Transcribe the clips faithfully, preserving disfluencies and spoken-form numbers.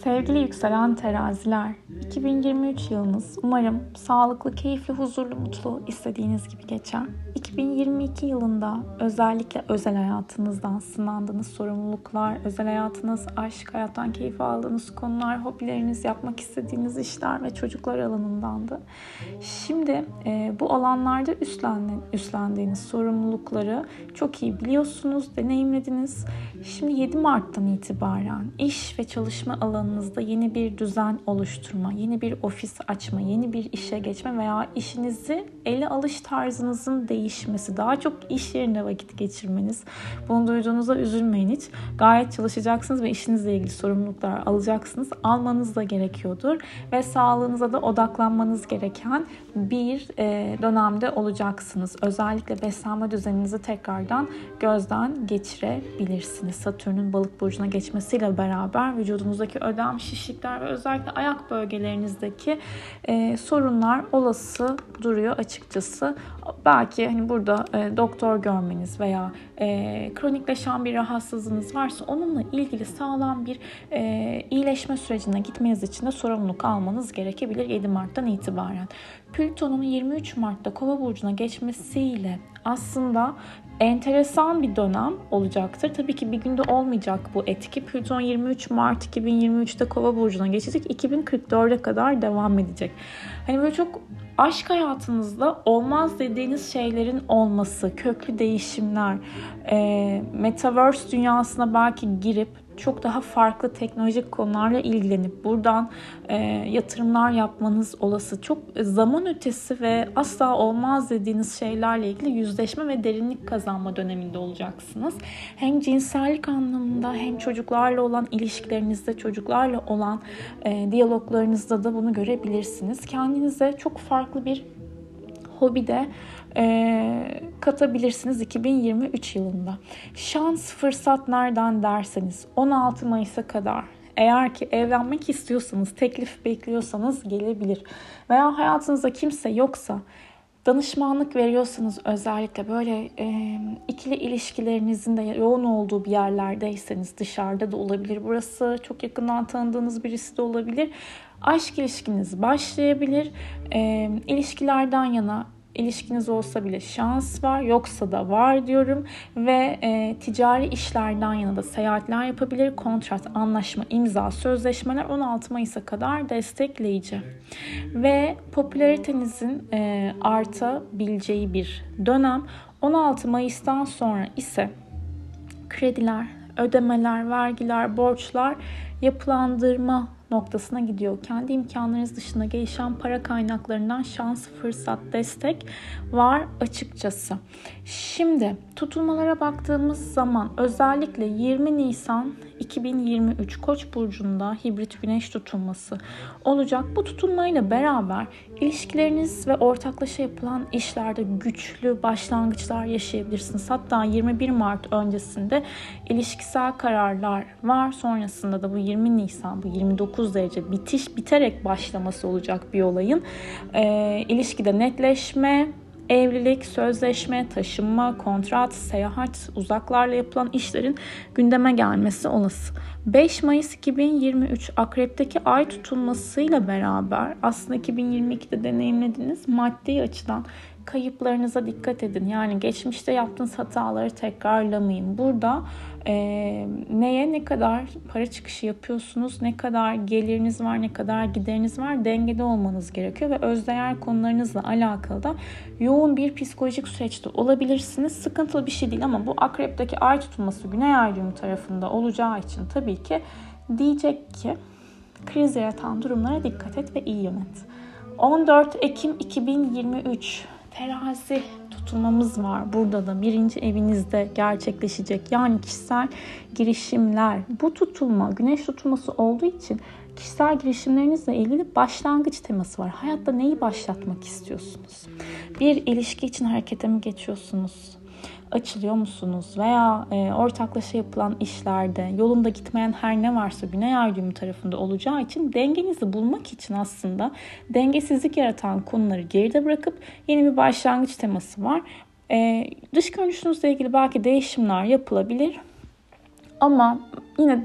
Sevgili yükselen teraziler, iki bin yirmi üç yılınız umarım sağlıklı, keyifli, huzurlu, mutlu, istediğiniz gibi geçer. iki bin yirmi iki yılında özellikle özel hayatınızdan sınandığınız sorumluluklar, özel hayatınız, aşk, hayattan keyif aldığınız konular, hobileriniz, yapmak istediğiniz işler ve çocuklar alanındandı. Şimdi e, bu alanlarda üstlendi, üstlendiğiniz sorumlulukları çok iyi biliyorsunuz, deneyimlediniz. Şimdi yedi Mart'tan itibaren iş ve çalışma alanınızda yeni bir düzen oluşturma, yeni bir ofis açma, yeni bir işe geçme veya işinizi ele alış tarzınızın değişmesi, daha çok iş yerinde vakit geçirmeniz. Bunu duyduğunuzda üzülmeyin hiç. Gayet çalışacaksınız ve işinizle ilgili sorumluluklar alacaksınız. Almanız da gerekiyordur ve sağlığınıza da odaklanmanız gereken bir e, dönemde olacaksınız. Özellikle beslenme düzeninizi tekrardan gözden geçirebilirsiniz. Satürn'ün balık burcuna geçmesiyle beraber vücudunuzdaki ödem, şişlikler ve özellikle ayak bölgelerinizdeki e, sorunlar olası duruyor açıkçası. Belki hani burada e, doktor görmeniz veya e, kronikleşen bir rahatsızlığınız varsa onunla ilgili sağlam bir e, iyileşme sürecine gitmeniz için de sorumluluk almanız gerekebilir yedi Mart'tan itibaren. Plüton'un yirmi üç Mart'ta Kova burcuna geçmesiyle aslında enteresan bir dönem olacaktır. Tabii ki bir günde olmayacak bu etki. Plüton yirmi üç Mart iki bin yirmi üçte Kova burcuna geçecek. iki bin kırk dörde kadar devam edecek. Hani böyle çok aşk hayatınızda olmaz dediğiniz şeylerin olması, köklü değişimler, e, Metaverse dünyasına belki girip çok daha farklı teknolojik konularla ilgilenip buradan e, yatırımlar yapmanız olası. Çok zaman ötesi ve asla olmaz dediğiniz şeylerle ilgili yüzleşme ve derinlik kazanma döneminde olacaksınız. Hem cinsellik anlamında hem çocuklarla olan ilişkilerinizde, çocuklarla olan e, diyaloglarınızda da bunu görebilirsiniz. Kendinize çok farklı bir hobide e, katabilirsiniz iki bin yirmi üç yılında. Şans, fırsat nereden derseniz on altı Mayıs'a kadar eğer ki evlenmek istiyorsanız, teklif bekliyorsanız gelebilir. Veya hayatınızda kimse yoksa, danışmanlık veriyorsanız özellikle böyle e, ikili ilişkilerinizin de yoğun olduğu bir yerlerdeyseniz, dışarıda da olabilir burası, çok yakından tanıdığınız birisi de olabilir. Aşk ilişkiniz başlayabilir. E, ilişkilerden yana ilişkiniz olsa bile şans var, yoksa da var diyorum. Ve e, ticari işlerden yana da seyahatler yapabilir. Kontrat, anlaşma, imza, sözleşmeler on altı Mayıs'a kadar destekleyici. Ve popülaritenizin e, artabileceği bir dönem. on altı Mayıs'tan sonra ise krediler, ödemeler, vergiler, borçlar yapılandırma noktasına gidiyor. Kendi imkanlarınız dışında gelişen para kaynaklarından şans, fırsat, destek var açıkçası. Şimdi tutulmalara baktığımız zaman özellikle yirmi Nisan iki bin yirmi üç Koç burcunda hibrit güneş tutulması olacak. Bu tutulmayla beraber ilişkileriniz ve ortaklaşa yapılan işlerde güçlü başlangıçlar yaşayabilirsiniz. Hatta yirmi bir Mart öncesinde ilişkisel kararlar var. Sonrasında da bu yirmi Nisan, bu yirmi dokuz derece bitiş biterek başlaması olacak bir olayın. E, ilişkide netleşme, evlilik, sözleşme, taşınma, kontrat, seyahat, uzaklarla yapılan işlerin gündeme gelmesi olası. beş Mayıs iki bin yirmi üç Akrep'teki ay tutulmasıyla beraber aslında iki bin yirmi ikide deneyimlediğiniz maddi açıdan kayıplarınıza dikkat edin. Yani geçmişte yaptığınız hataları tekrarlamayın. Burada e, neye ne kadar para çıkışı yapıyorsunuz, ne kadar geliriniz var, ne kadar gideriniz var, dengede olmanız gerekiyor ve özdeğer konularınızla alakalı da yoğun bir psikolojik süreçte olabilirsiniz. Sıkıntılı bir şey değil ama bu Akrep'teki ay tutulması Güney Ay düğümü tarafında olacağı için tabii ki diyecek ki kriz yaratan durumlara dikkat et ve iyi yönet. on dört Ekim iki bin yirmi üç Terazi tutulmamız var. Burada da birinci evinizde gerçekleşecek. Yani kişisel girişimler. Bu tutulma güneş tutulması olduğu için kişisel girişimlerinizle ilgili başlangıç teması var. Hayatta neyi başlatmak istiyorsunuz? Bir ilişki için harekete mi geçiyorsunuz? Açılıyor musunuz? Veya e, ortaklaşa yapılan işlerde yolunda gitmeyen her ne varsa Güney Ay düğümü tarafında olacağı için dengenizi bulmak için aslında dengesizlik yaratan konuları geride bırakıp yeni bir başlangıç teması var. E, dış görünüşünüzle ilgili belki değişimler yapılabilir ama yine de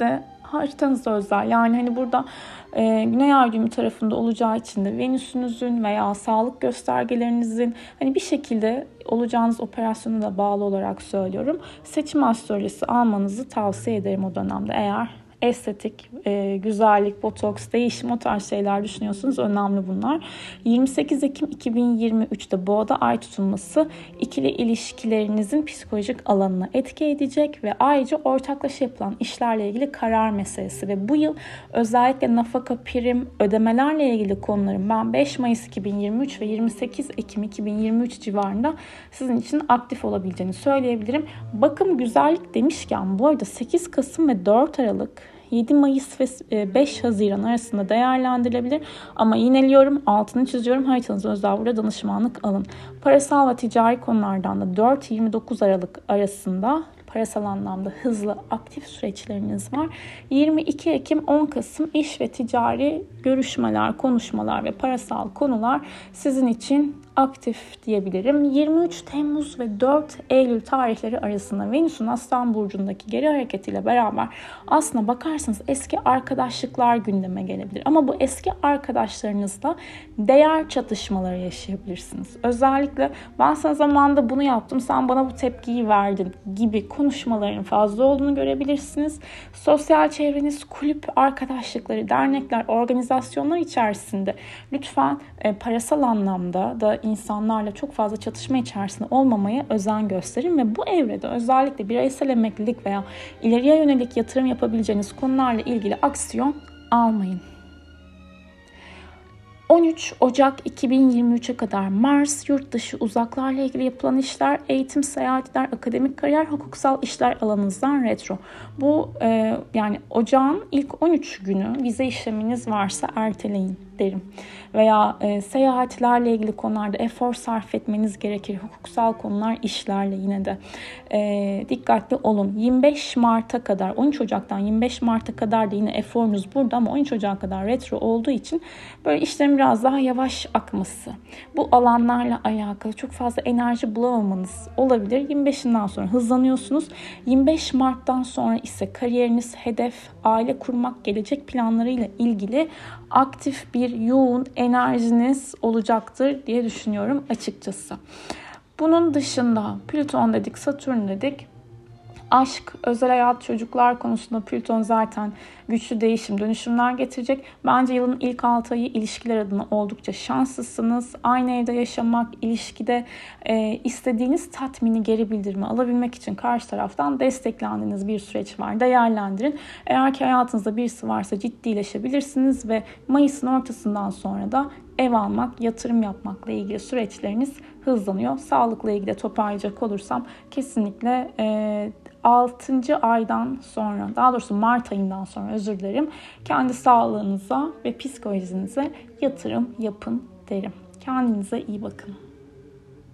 haritanıza özel. Yani hani burada e, Güney Ay düğümü tarafında olacağı için de Venüs'ünüzün veya sağlık göstergelerinizin hani bir şekilde olacağınız operasyona da bağlı olarak söylüyorum. Seçim astrolojisi almanızı tavsiye ederim o dönemde. Eğer estetik, e, güzellik, botoks, değişim o tarz şeyler düşünüyorsunuz. Önemli bunlar. yirmi sekiz Ekim iki bin yirmi üçte Boğa'da ay tutulması ikili ilişkilerinizin psikolojik alanına etki edecek ve ayrıca ortaklaşa yapılan işlerle ilgili karar meselesi ve bu yıl özellikle nafaka, prim, ödemelerle ilgili konuların ben beş Mayıs iki bin yirmi üç ve yirmi sekiz Ekim iki bin yirmi üç civarında sizin için aktif olabileceğini söyleyebilirim. Bakım güzellik demişken bu arada sekiz Kasım ve dört Aralık yedi Mayıs ve beş Haziran arasında değerlendirilebilir. Ama yineliyorum, altını çiziyorum. Haritanızı özel burada danışmanlık alın. Parasal ve ticari konulardan da dört yirmi dokuz Aralık arasında parasal anlamda hızlı, aktif süreçleriniz var. yirmi iki Ekim on Kasım iş ve ticari görüşmeler, konuşmalar ve parasal konular sizin için aktif diyebilirim. yirmi üç Temmuz ve dört Eylül tarihleri arasında Venüs'ün Aslan Burcu'ndaki geri hareketiyle beraber aslına bakarsanız eski arkadaşlıklar gündeme gelebilir. Ama bu eski arkadaşlarınızla değer çatışmaları yaşayabilirsiniz. Özellikle ben sana zamanında bunu yaptım, sen bana bu tepkiyi verdin gibi konuşmaların fazla olduğunu görebilirsiniz. Sosyal çevreniz, kulüp arkadaşlıkları, dernekler, organizasyonlar içerisinde lütfen e, parasal anlamda da insanlarla çok fazla çatışma içerisinde olmamaya özen gösterin ve bu evrede özellikle bireysel emeklilik veya ileriye yönelik yatırım yapabileceğiniz konularla ilgili aksiyon almayın. on üç Ocak iki bin yirmi üçe kadar Mars, yurt dışı, uzaklarla ilgili yapılan işler, eğitim, seyahatler, akademik kariyer, hukuksal işler alanınızdan retro. Bu e, yani ocağın ilk on üç günü vize işleminiz varsa erteleyin derim. Veya e, seyahatlerle ilgili konularda efor sarf etmeniz gerekir. Hukuksal konular, işlerle yine de e, dikkatli olun. yirmi beş Mart'a kadar, on üç Ocak'tan yirmi beş Mart'a kadar da yine eforunuz burada ama on üç Ocak'a kadar retro olduğu için böyle işlerin biraz daha yavaş akması. Bu alanlarla alakalı çok fazla enerji bulamamanız olabilir. yirmi beşinden sonra hızlanıyorsunuz. yirmi beş Mart'tan sonra ise kariyeriniz, hedef, aile kurmak, gelecek planlarıyla ilgili aktif bir yoğun enerjiniz olacaktır diye düşünüyorum açıkçası. Bunun dışında Plüton dedik, Satürn dedik. Aşk, özel hayat, çocuklar konusunda Plüton zaten güçlü değişim, dönüşümler getirecek. Bence yılın ilk altı ayı ilişkiler adına oldukça şanslısınız. Aynı evde yaşamak, ilişkide e, istediğiniz tatmini, geri bildirimi alabilmek için karşı taraftan desteklendiğiniz bir süreç var. Değerlendirin. Eğer ki hayatınızda birisi varsa ciddileşebilirsiniz ve Mayıs'ın ortasından sonra da ev almak, yatırım yapmakla ilgili süreçleriniz hızlanıyor. Sağlıkla ilgili toparlayacak olursam kesinlikle e, altıncı aydan sonra, daha doğrusu Mart ayından sonra özür dilerim, kendi sağlığınıza ve psikolojinize yatırım yapın derim. Kendinize iyi bakın.